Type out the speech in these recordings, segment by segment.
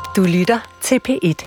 Du lytter til P1.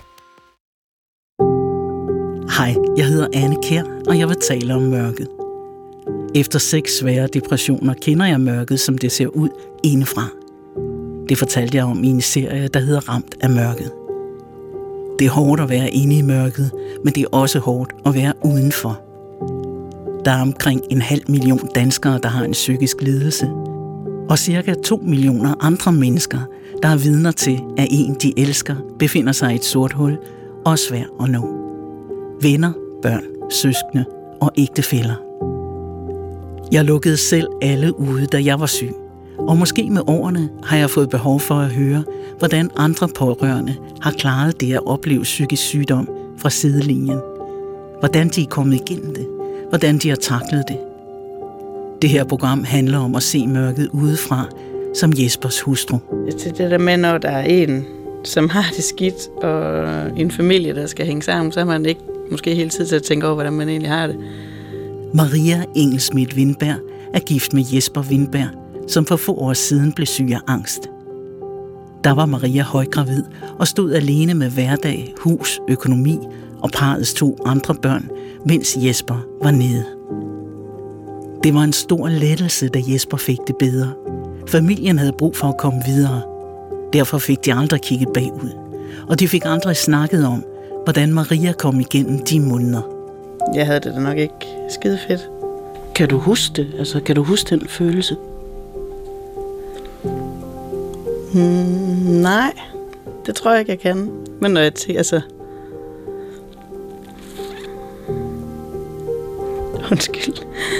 Hej, jeg hedder Anne Kjær, og jeg vil tale om mørket. Efter 6 svære depressioner kender jeg mørket, som det ser ud indefra. Det fortalte jeg om i en serie, der hedder Ramt af mørket. Det er hårdt at være inde i mørket, men det er også hårdt at være udenfor. Der er omkring 500.000 danskere, der har en psykisk lidelse, og cirka 2 millioner andre mennesker, der er vidner til, at en, de elsker, befinder sig i et sort hul og er svær at nå. Venner, børn, søskende og ægtefæller. Jeg lukkede selv alle ude, da jeg var syg. Og måske med årene har jeg fået behov for at høre, hvordan andre pårørende har klaret det at opleve psykisk sygdom fra sidelinjen. Hvordan de er kommet igennem det. Hvordan de har taklet det. Det her program handler om at se mørket udefra, som Jespers hustru. Det der med, når der er en, som har det skidt, og en familie, der skal hænge sammen, så har man ikke måske hele tiden til at tænke over, hvordan man egentlig har det. Maria Engelsmidt Windberg er gift med Jesper Windberg, som for få år siden blev syg af angst. Der var Maria højgravid og stod alene med hverdag, hus, økonomi og parrets 2 andre børn, mens Jesper var nede. Det var en stor lettelse, da Jesper fik det bedre. Familien havde brug for at komme videre. Derfor fik de aldrig kigget bagud. Og de fik aldrig snakket om, hvordan Maria kom igennem de måneder. Jeg havde det da nok ikke skide fedt. Kan du huske det? Altså, kan du huske den følelse? Nej, det tror jeg ikke, jeg kan. Men når jeg tænker, altså... Undskyld.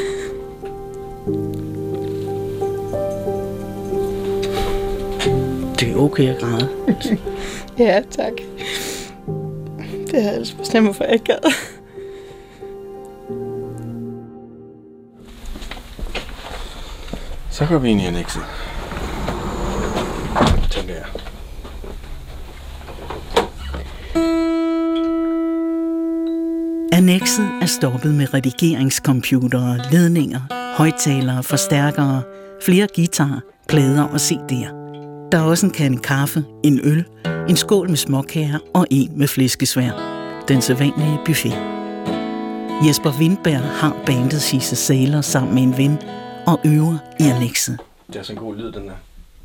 Det er okay at græde. Ja, tak. Det har jeg altså bestemt mig for, jeg gad. Så går vi ind i annekset. Tænker jeg. Annekset er stoppet med redigeringscomputere, ledninger, højttalere, forstærkere, flere guitarer, plader og CD'er. Der er også en kande kaffe, en øl, en skål med småkager og en med flæskesvær. Den sædvanlige buffet. Jesper Windberg har bandet Sisse Sailor sammen med en ven og øver i annekset. Det er sådan en god lyd, den er.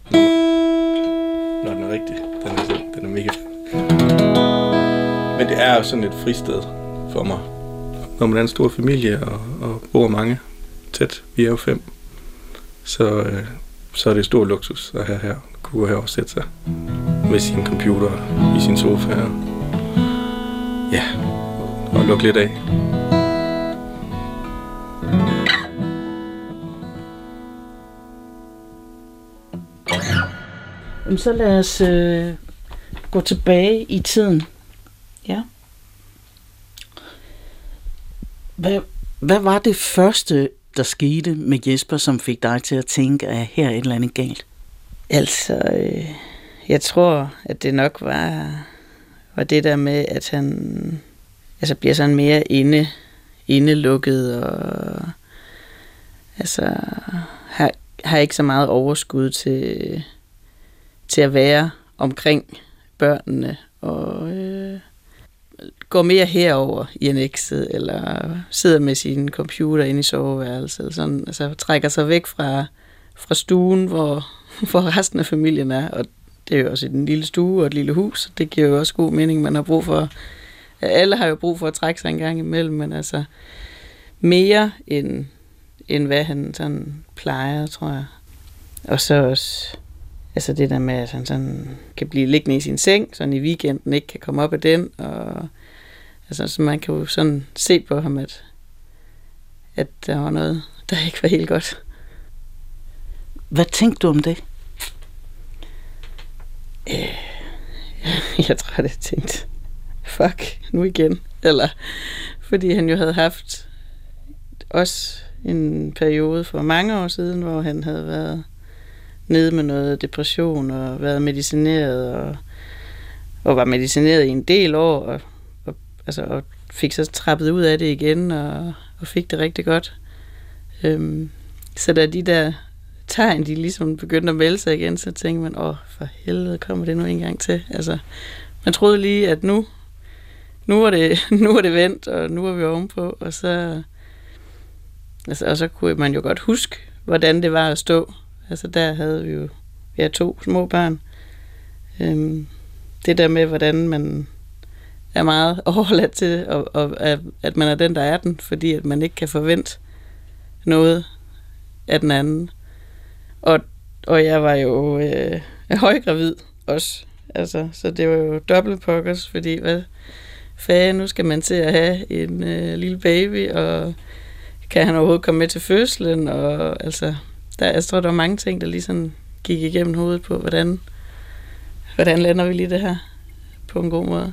Når den er rigtig. Den er mega fed. Men det er jo sådan et fristed for mig. Når man er en stor familie og bor mange tæt, vi er jo 5, så er det stor luksus at have her. Kunne gå her og sætte sig med sin computer i sin sofa og lukke lidt af. Så lad os gå tilbage i tiden. Ja. Hvad var det første, der skete med Jesper, som fik dig til at tænke, at her er et eller andet galt? Altså, jeg tror, at det nok var det der med, at han bliver sådan mere indelukket og altså har ikke så meget overskud til at være omkring børnene og går mere herover i annekset eller sidder med sin computer inde i soveværelset eller sådan, altså trækker sig væk fra stuen, hvor resten af familien er, og det er jo også en lille stue og et lille hus, det giver jo også god mening, man har brug for, alle har jo brug for at trække sig en gang imellem, men altså mere end hvad han sådan plejer, tror jeg. Og så også altså det der med, at han sådan kan blive liggende i sin seng, sådan i weekenden ikke kan komme op af den, og altså så man kan jo sådan se på ham, at der var noget, der ikke var helt godt. Hvad tænkte du om det? Jeg tror, jeg tænkte, fuck, nu igen. Eller, fordi han jo havde haft også en periode for mange år siden, hvor han havde været nede med noget depression og været medicineret og var medicineret i en del år og fik så trappet ud af det igen og fik det rigtig godt. Så da de der tegn, de ligesom begyndte at melde sig igen, så tænkte man, for helvede, kommer det nu en gang til? Altså, man troede lige, at nu var det vendt, og nu var vi ovenpå, og så kunne man jo godt huske, hvordan det var at stå. Altså, der havde vi jo 2 små børn. Det der med, hvordan man er meget overladt til, og at man er den, der er den, fordi at man ikke kan forvente noget af den anden. Og jeg var jo højgravid også. Altså, så det var jo dobbeltpokkers, fordi nu skal man til at have en lille baby, og kan han overhovedet komme med til fødslen? Og altså, jeg tror, der var mange ting, der lige sådan gik igennem hovedet på, hvordan lander vi lige det her på en god måde.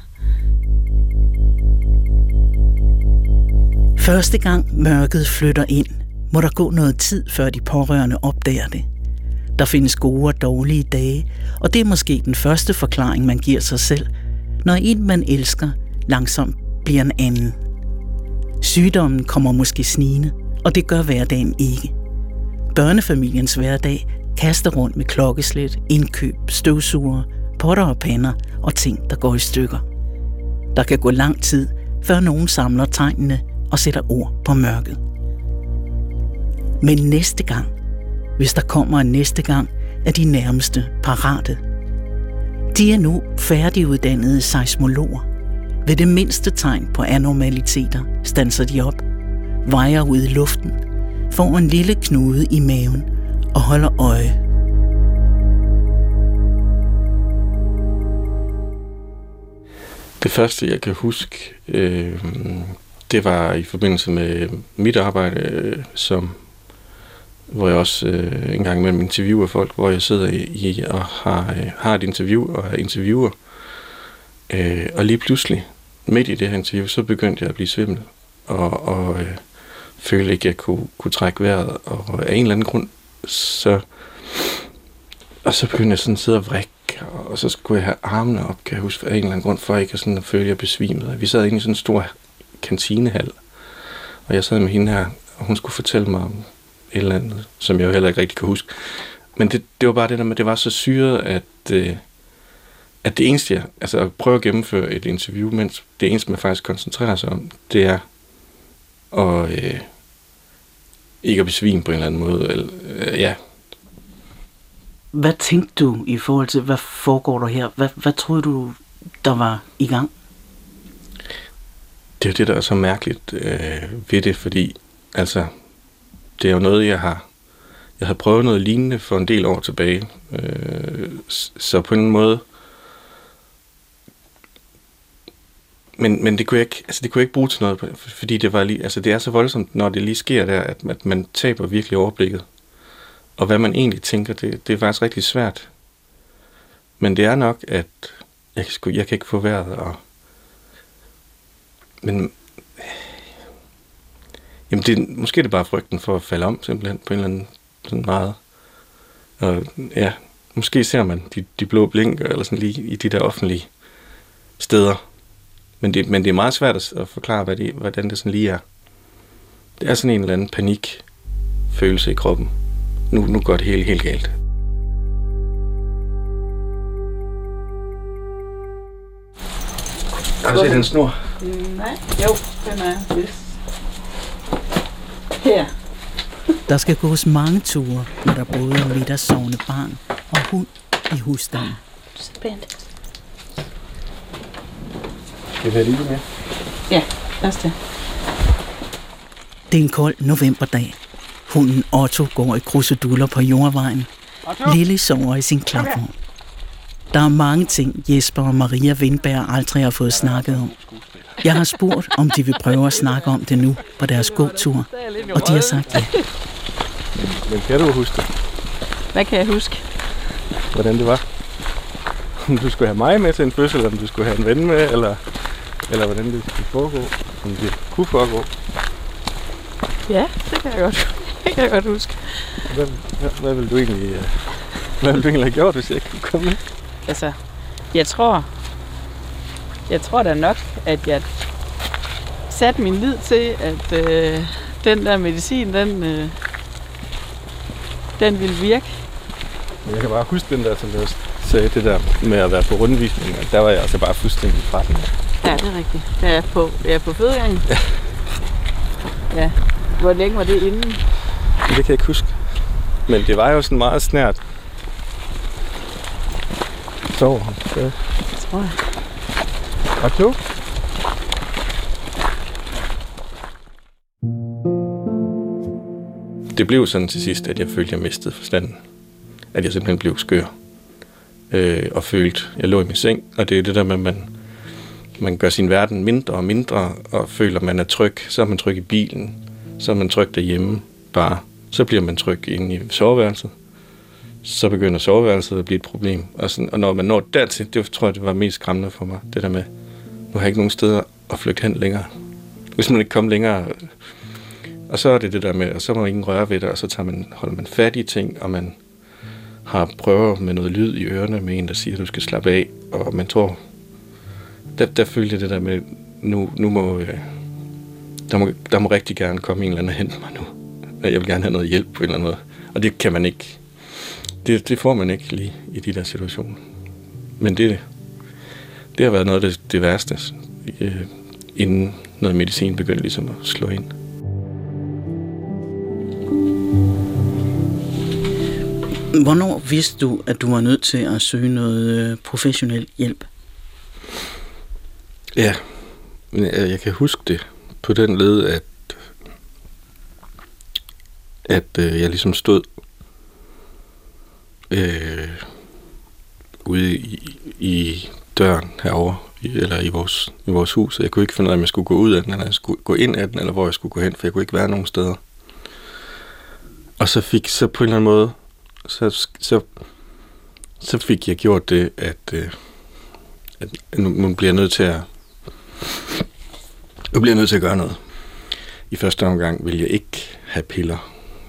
Første gang mørket flytter ind, må der gå noget tid, før de pårørende opdager det. Der findes gode og dårlige dage, og det er måske den første forklaring, man giver sig selv, når en, man elsker, langsomt bliver en anden. Sygdommen kommer måske snigende, og det gør hverdagen ikke. Børnefamiliens hverdag kaster rundt med klokkeslæt, indkøb, støvsuger, potter og pander og ting, der går i stykker. Der kan gå lang tid, før nogen samler tegnene og sætter ord på mørket. Men næste gang, hvis der kommer en næste gang, er de nærmeste parate. De er nu færdiguddannede seismologer. Ved det mindste tegn på anormaliteter standser de op, vejer ud i luften, får en lille knude i maven og holder øje. Det første, jeg kan huske, det var i forbindelse med mit arbejde, hvor jeg også en gang imellem interviewer folk, hvor jeg sidder i og har et interview og er interviewer. Og lige pludselig, midt i det her interview, så begyndte jeg at blive svimmel og følte ikke, at jeg kunne trække vejret. Og af en eller anden grund, så begyndte jeg sådan at sidde og vrikke, og så skulle jeg have armene op, kan jeg huske, af en eller anden grund, for ikke sådan at føle, at jeg besvimede. Vi sad inde i sådan en stor kantinehal, og jeg sad med hende her, og hun skulle fortælle mig om et eller andet, som jeg jo heller ikke rigtig kan huske. Men det var bare det der med, det var så syret, at det eneste, at prøve at gennemføre et interview, mens det eneste, man faktisk koncentrerer sig om, det er at ikke at besvime på en eller anden måde. Eller. Hvad tænkte du i forhold til, hvad foregår der her? Hvad troede du, der var i gang? Det er jo det, der er så mærkeligt ved det, fordi det er jo noget, jeg har prøvet noget lignende for en del år tilbage. Så på en måde. Men det kunne jeg ikke bruge til noget, fordi det var lige, det er så voldsomt, når det lige sker der, at man taber virkelig overblikket. Og hvad man egentlig tænker, det er faktisk rigtig svært. Men det er nok, at jeg kan ikke få vejret. Men jamen måske er det bare frygten for at falde om, simpelthen, på en eller anden sådan meget. Og ja, måske ser man de blå blinker, eller sådan lige i de der offentlige steder. Men det er meget svært at forklare, hvordan det sådan lige er. Det er sådan en eller anden panikfølelse i kroppen. Nu går det helt galt. Har du set den snor? Nej, jo, den er vist. Her. Der skal gås mange ture, når der både er middagssovende barn og hund i husstanden. Så pænt. Skal vi have det med? Ja, lad os det. Det er en kold novemberdag. Hunden Otto går i kruseduller på jordvejen. Lille sover i sin klapvogn. Der er mange ting, Jesper og Maria Vindberg aldrig har fået snakket om. Jeg har spurgt, om de vil prøve at snakke om det nu på deres gåtur, og de har sagt ja. Men kan du huske det? Hvad kan jeg huske? Hvordan det var? Om du skulle have mig med til en fødsel, eller om du skulle have en ven med, eller hvordan det skulle foregå, om det kunne foregå. Ja, det kan jeg godt huske. Hvad ville du egentlig have gjort, hvis jeg ikke kunne komme med? Jeg tror da nok, at jeg satte min lid til, at den der medicin, den den ville virke. Jeg kan bare huske den der, som jeg sagde, det der med at være på rundvisning. Der var jeg altså bare fuldstændig fra den. Ja, det er rigtigt. Jeg er på fødegangen. Ja. Ja. Hvor længe var det inden? Det kan jeg ikke huske. Men det var jo sådan meget snært. Sover han? Ja. Det tror jeg. Og klog? Det blev sådan til sidst, at jeg følte, at jeg mistede forstanden. At jeg simpelthen blev skør. Og følte, at jeg lå i min seng. Og det er det der med, at man gør sin verden mindre og mindre, og føler, at man er tryg. Så er man tryg i bilen. Så er man tryg derhjemme. Bare. Så bliver man tryg inde i soveværelset. Så begynder soveværelset at blive et problem. Og når man når dertil, det tror jeg, det var mest skræmmende for mig. Det der med, nu har jeg ikke nogen steder at flygte hen længere. Hvis man ikke kommer længere. Og så er det der med, og så må man ikke røre ved det, og så holder man fat i ting, og man har prøver med noget lyd i ørerne med en, der siger, at du skal slappe af. Og man tror, der følte jeg det der med, nu må, der må rigtig gerne komme en eller anden og hente mig nu. Jeg vil gerne have noget hjælp på en eller anden måde. Og det kan man ikke. Det får man ikke lige i de der situationer. Men det har været noget af det værste, inden noget medicin begyndte ligesom at slå ind. Hvornår vidste du, at du var nødt til at søge noget professionel hjælp? Ja, jeg kan huske det på den led, at jeg ligesom stod ude i døren herovre, eller i vores hus. Jeg kunne ikke finde ud af, om jeg skulle gå ud af den, eller jeg skulle gå ind af den, eller hvor jeg skulle gå hen, for jeg kunne ikke være nogen steder. Og så på en eller anden måde, så fik jeg gjort det, at nu bliver jeg nødt til at gøre noget. I første omgang ville jeg ikke have piller.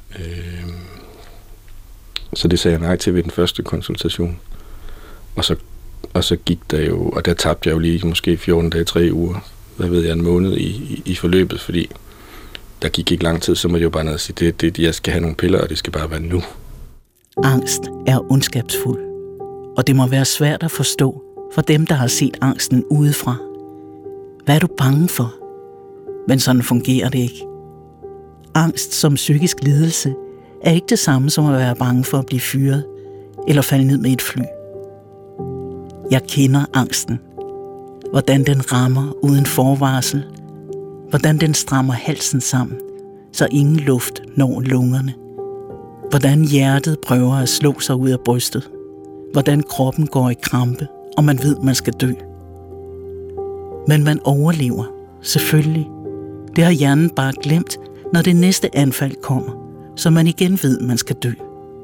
Så det sagde jeg nej til ved den første konsultation. Og så gik der jo, og der tabte jeg jo lige måske 14 dage, 3 uger, en måned i forløbet, fordi der gik ikke lang tid, så må jeg jo bare ned og sige, jeg skal have nogle piller, og det skal bare være nu. Angst er ondskabsfuld, og det må være svært at forstå for dem, der har set angsten udefra. Hvad er du bange for? Men sådan fungerer det ikke. Angst som psykisk lidelse er ikke det samme som at være bange for at blive fyret eller falde ned med et fly. Jeg kender angsten. Hvordan den rammer uden forvarsel. Hvordan den strammer halsen sammen, så ingen luft når lungerne. Hvordan hjertet prøver at slå sig ud af brystet. Hvordan kroppen går i krampe, og man ved, man skal dø. Men man overlever, selvfølgelig. Det har hjernen bare glemt, når det næste anfald kommer, så man igen ved, man skal dø.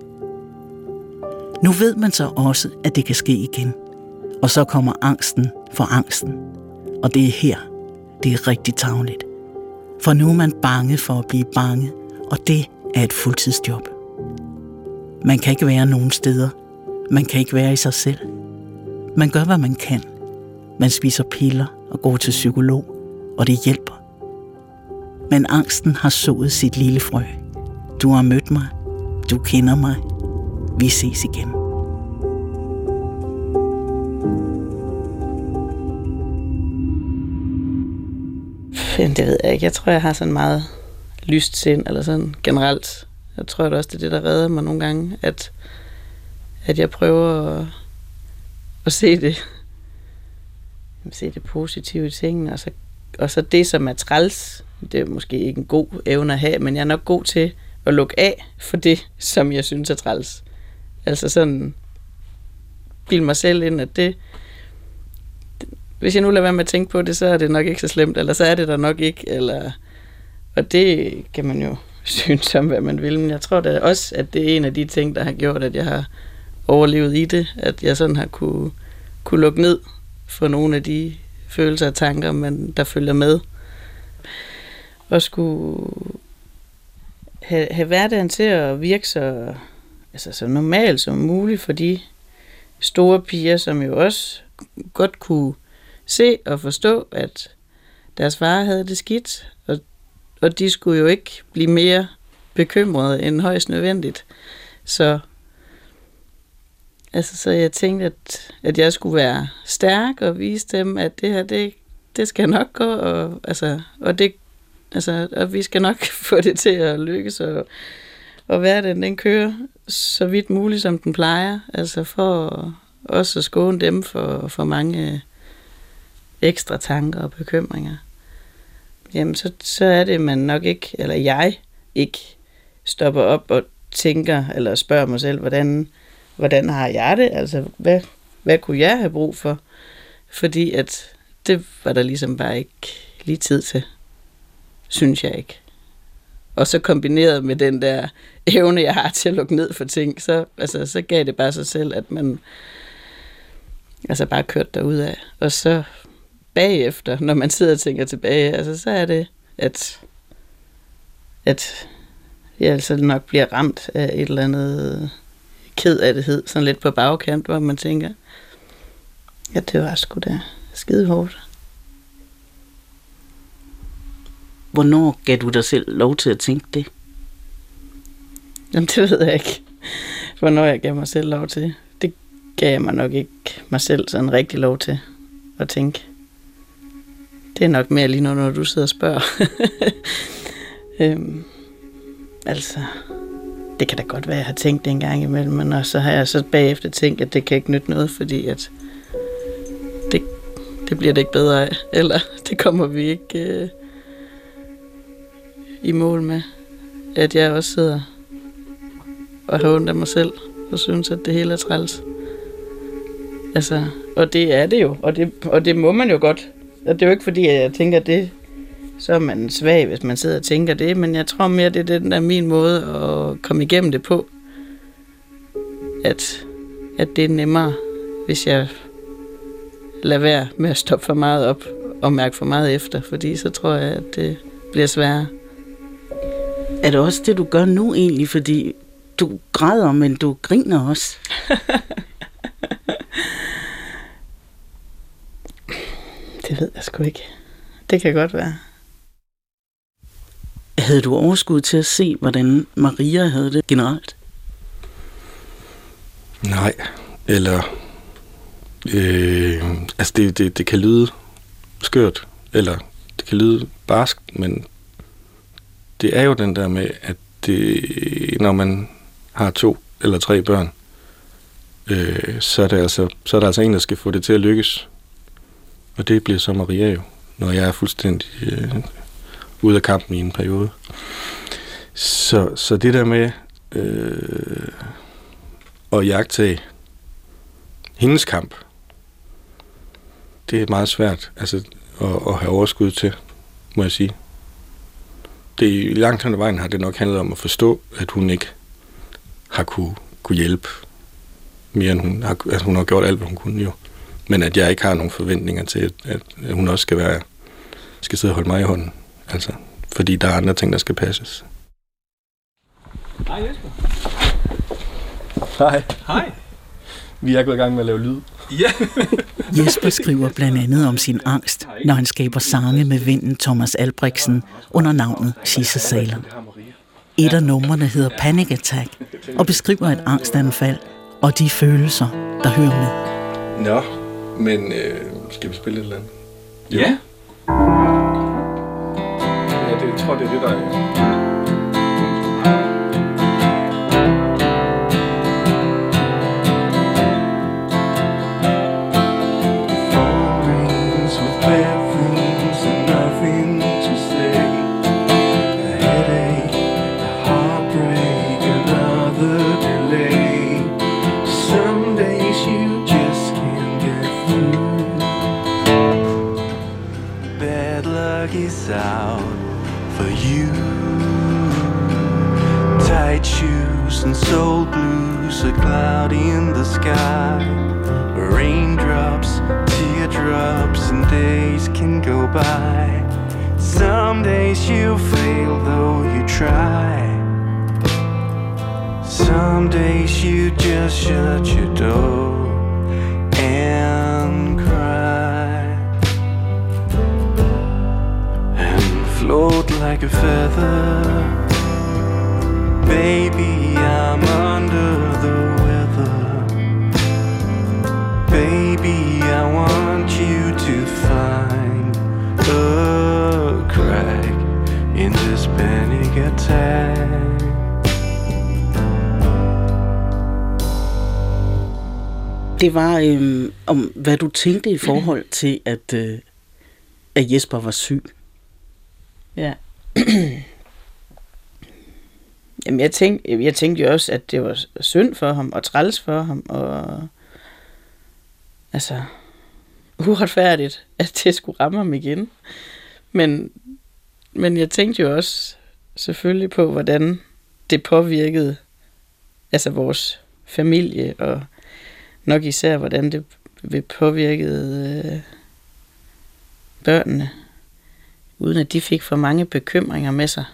Nu ved man så også, at det kan ske igen. Og så kommer angsten for angsten. Og det er her, det er rigtig tarveligt. For nu er man bange for at blive bange, og det er et fuldtidsjob. Man kan ikke være nogen steder. Man kan ikke være i sig selv. Man gør, hvad man kan. Man spiser piller og går til psykolog, og det hjælper. Men angsten har sået sit lille frø. Du har mødt mig. Du kender mig. Vi ses igen. Det ved jeg ikke. Jeg tror, jeg har sådan meget lyst sind, eller sådan generelt. Jeg tror også, det er det, der redder mig nogle gange, at jeg prøver at se det positive i tingene, og så det, som er træls, det er måske ikke en god evne at have, men jeg er nok god til at lukke af for det, som jeg synes er træls. Altså sådan, bilde mig selv ind, at det, hvis jeg nu lader være med at tænke på det, så er det nok ikke så slemt, eller så er det der nok ikke, eller, og det kan man jo synes om, hvad man vil, men jeg tror da også, at det er en af de ting, der har gjort, at jeg har overlevet i det, at jeg sådan har kunne lukke ned for nogle af de følelser og tanker, der følger med, og skulle have hverdagen til at virke så normalt som muligt for de store piger, som jo også godt kunne se og forstå, at deres far havde det skidt, og de skulle jo ikke blive mere bekymrede end højst nødvendigt. Så jeg tænkte, at jeg skulle være stærk og vise dem, at det her, det skal nok gå, og vi skal nok få det til at lykkes, og hverdagen, den kører så vidt muligt, som den plejer, altså for også at skåne dem for mange ekstra tanker og bekymringer. Jamen, så er det, man nok ikke, eller jeg ikke stopper op og tænker, eller spørger mig selv, hvordan har jeg det? Altså, hvad kunne jeg have brug for? Fordi at det var der ligesom bare ikke lige tid til, synes jeg ikke. Og så kombineret med den der evne, jeg har til at lukke ned for ting, så gav det bare sig selv, at man bare kørte derudad. Og så bagefter, når man sidder og tænker tilbage, så er det, at jeg altså nok bliver ramt af et eller andet kedattighed, sådan lidt på bagkant, hvor man tænker, ja, det var sgu da skide hårdt. Hvornår gav du dig selv lov til at tænke det? Jamen, det ved jeg ikke. Hvornår jeg gav mig selv lov til. Det gav jeg mig nok ikke mig selv sådan rigtig lov til at tænke. Det er nok mere lige nu, når du sidder og spørger. Det kan da godt være, at jeg har tænkt det en gang imellem, men så har jeg så bagefter tænkt, at det kan ikke nytte noget, fordi at det bliver det ikke bedre af, eller det kommer vi ikke i mål med, at jeg også sidder og har ondt af mig selv, og synes, at det hele er træls. Altså, og det er det jo, og det må man jo godt. Og det er jo ikke fordi, at jeg tænker, at det, så er man svag, hvis man sidder og tænker det, men jeg tror mere, det er den der min måde at komme igennem det på, at det er nemmere, hvis jeg lader være med at stoppe for meget op og mærke for meget efter, fordi så tror jeg, at det bliver sværere. Er det også det, du gør nu egentlig, fordi du græder, men du griner også? Det ved jeg sgu ikke. Det kan godt være. Havde du overskud til at se, hvordan Maria havde det generelt? Nej, eller det kan lyde skørt, eller det kan lyde barsk, men det er jo den der med, at når man har 2 eller 3 børn, så er der altså en, der skal få det til at lykkes. Og det bliver så Maria jo, når jeg er fuldstændig ude af kampen i en periode. Så det der med at jagtage hendes kamp, det er meget svært at have overskud til, må jeg sige. Det langt hen ad vejen har det nok handlet om at forstå, at hun ikke har kunne hjælpe mere end hun har gjort alt, hvad hun kunne jo. Men at jeg ikke har nogen forventninger til, at hun også skal sidde og holde mig i hånden. Altså, fordi der er andre ting, der skal passes. Hej Jesper. Hej. Vi er gået i gang med at lave lyd. Ja. Jesper skriver blandt andet om sin angst, når han skaber sange med vennen Thomas Albrechtsen under navnet She's a Sailor. Et af numrene hedder Panic Attack og beskriver et angstanfald og de følelser, der hører med. Nå, men skal vi spille et eller andet? Ja. Ja, jeg tror, det er det, der er... out for you. Tight shoes and soul blues, a cloud in the sky. Raindrops, teardrops, and days can go by. Some days you fail though you try. Some days you just shut your door and cry and float like a feather. Baby, I'm under Maybe I want you to find a crack in this panic attack. Det var om, hvad du tænkte i forhold til, at Jesper var syg. Ja. Jamen, jeg tænkte jo også, at det var synd for ham, og træls for ham, og altså uretfærdigt, at det skulle ramme ham igen. Men jeg tænkte jo også selvfølgelig på, hvordan det påvirkede altså vores familie, og nok især, hvordan det påvirkede børnene, uden at de fik for mange bekymringer med sig.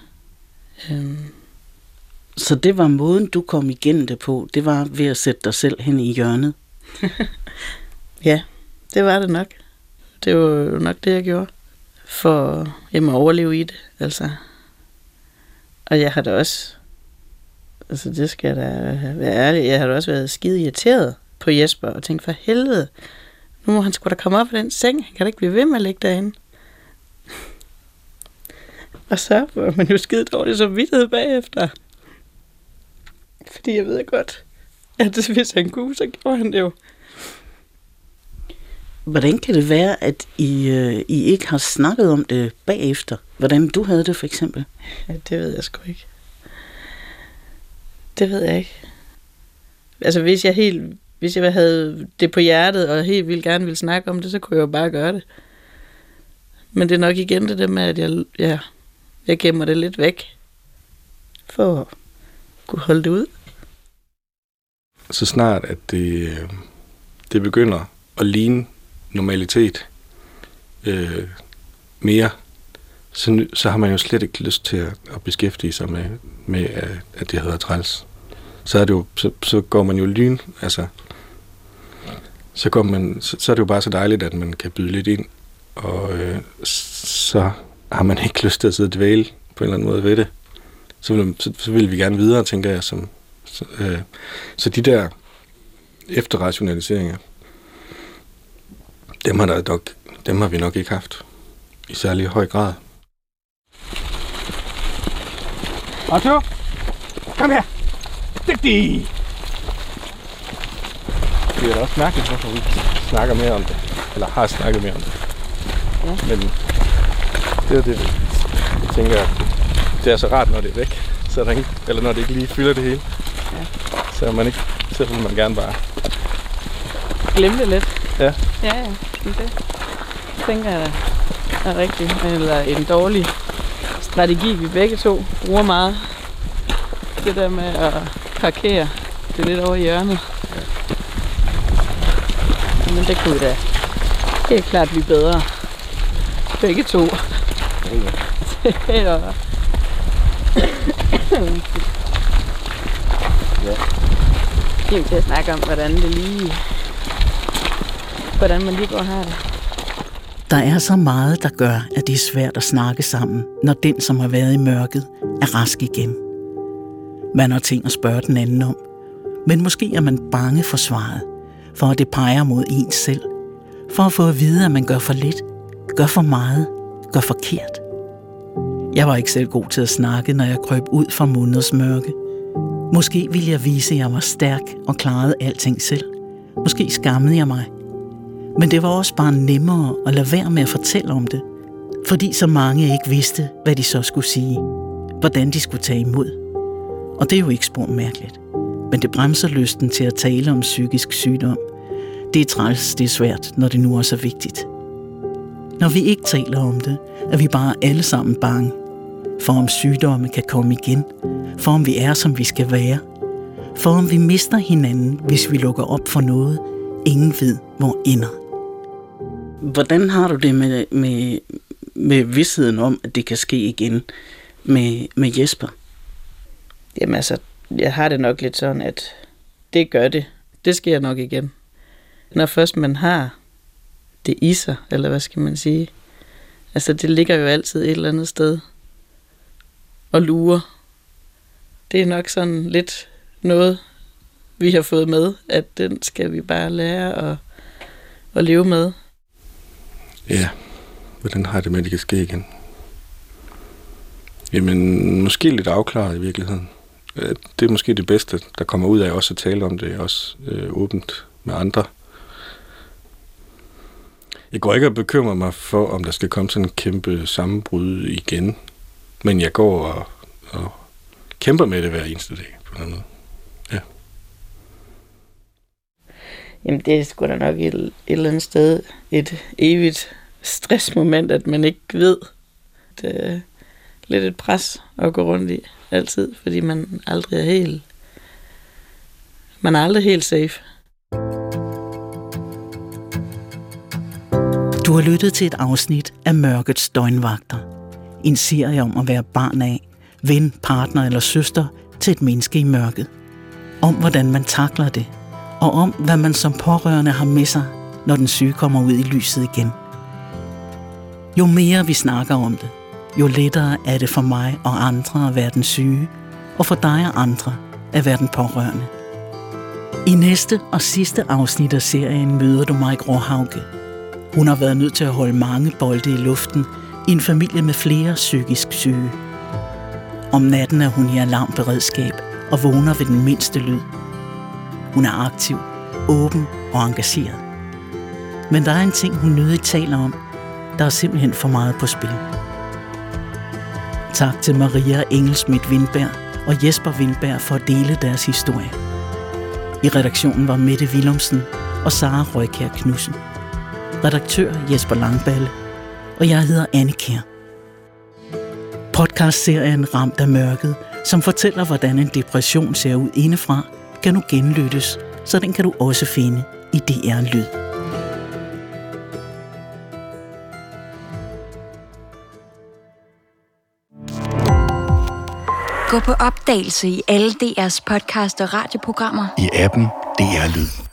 Så det var måden, du kom igennem det på, det var ved at sætte dig selv hen i hjørnet? Ja, det var det nok. Det var jo nok det, jeg gjorde, for at overleve i det, altså. Og jeg har da også, altså det skal da være ærlig, jeg har da også været skide irriteret på Jesper, og tænkt, for helvede, nu må han sgu da komme op af den seng, han kan da ikke blive ved med at ligge derinde. Og så var man jo skide dårlig samvittighed bagefter. Fordi jeg ved godt, at hvis han kunne, så gjorde han det jo. Hvordan kan det være, at I ikke har snakket om det bagefter? Hvordan du havde det, for eksempel? Ja, det ved jeg sgu ikke. Det ved jeg ikke. Altså, hvis jeg havde det på hjertet, og helt vildt gerne ville snakke om det, så kunne jeg jo bare gøre det. Men det er nok igen det der med, at jeg gemmer det lidt væk, for at kunne holde det ud. Så snart, at det begynder at ligne normalitet mere, så har man jo slet ikke lyst til at beskæftige sig med at det hedder træls. Så er det jo, så går man jo lyn, altså så er det jo bare så dejligt, at man kan byde lidt ind, og så har man ikke lyst til at sidde og dvæle på en eller anden måde ved det. Så vil vi gerne videre, tænker jeg. Så de der efterrationaliseringer, dem har vi nok ikke haft i særlig høj grad. Otto, kom her. Dygtig! Det er da også mærkeligt, hvorfor vi snakker mere om det. Eller har snakket mere om det. Ja. Men det er det, jeg tænker, at det er så rart, når det er væk. Så er der ikke, eller når det ikke lige fylder det hele. Ja. Så vil man gerne bare Glem det lidt. Ja. Ja, det tænker jeg er rigtigt. Eller en dårlig strategi, vi begge to bruger meget. Det der med at parkere det lidt over hjørnet. Ja. Men det kunne vi da helt klart blive bedre. Begge to. Ja. Det er til at snakke om, hvordan man lige går her. Der er så meget, der gør, at det er svært at snakke sammen, når den, som har været i mørket, er rask igen. Man har ting at spørge den anden om, men måske er man bange for svaret, for at det peger mod en selv, for at få at vide, at man gør for lidt, gør for meget, gør forkert. Jeg var ikke selv god til at snakke, når jeg krøb ud fra måneders mørke. Måske ville jeg vise, at jeg var stærk og klarede alting selv. Måske skammede jeg mig. Men det var også bare nemmere at lade være med at fortælle om det, fordi så mange ikke vidste, hvad de så skulle sige, hvordan de skulle tage imod. Og det er jo ikke spor mærkeligt. Men det bremser lysten til at tale om psykisk sygdom. Det er træls, det er svært, når det nu også er vigtigt. Når vi ikke taler om det, er vi bare alle sammen bange. For om sygdomme kan komme igen. For om vi er, som vi skal være. For om vi mister hinanden, hvis vi lukker op for noget, ingen ved, hvor ender. Hvordan har du det med vidstheden om, at det kan ske igen med Jesper? Jamen altså, jeg har det nok lidt sådan, at det gør det. Det sker nok igen. Når først man har det i sig, eller hvad skal man sige. Altså, det ligger jo altid et eller andet sted og lurer. Det er nok sådan lidt noget, vi har fået med, at den skal vi bare lære at leve med. Ja, hvordan har det med, at det kan ske igen? Jamen, måske lidt afklaret i virkeligheden. Det er måske det bedste, der kommer ud af også at tale om det, også åbent med andre. Jeg går ikke og bekymrer mig for, om der skal komme sådan en kæmpe sammenbrud igen. Men jeg går og kæmper med det hver eneste dag på den måde. Ja. Jamen det er sgu da nok et eller andet sted et evigt stressmoment, at man ikke ved. Det er lidt et pres at gå rundt i altid, fordi man aldrig er helt... Man er aldrig helt safe. Du har lyttet til et afsnit af Mørkets Døgnvagter. En serie om at være barn af, ven, partner eller søster til et menneske i mørket. Om hvordan man takler det, og om hvad man som pårørende har med sig, når den syge kommer ud i lyset igen. Jo mere vi snakker om det, jo lettere er det for mig og andre at være den syge, og for dig og andre at være den pårørende. I næste og sidste afsnit af serien møder du Mike Råhauke. Hun har været nødt til at holde mange bolde i luften i en familie med flere psykisk syge. Om natten er hun i alarmberedskab og vågner ved den mindste lyd. Hun er aktiv, åben og engageret. Men der er en ting, hun nødigt taler om. Der er simpelthen for meget på spil. Tak til Maria Engelsmidt Windberg og Jesper Windberg for at dele deres historie. I redaktionen var Mette Willumsen og Sara Røykjær Knudsen. Redaktør Jesper Langballe, og jeg hedder Anne Kjær. Podcastserien Ramt af mørket, som fortæller, hvordan en depression ser ud indefra, kan nu genlyttes, så den kan du også finde i DR Lyd. Gå på opdagelse i alle DR's podcast og radioprogrammer. I appen DR Lyd.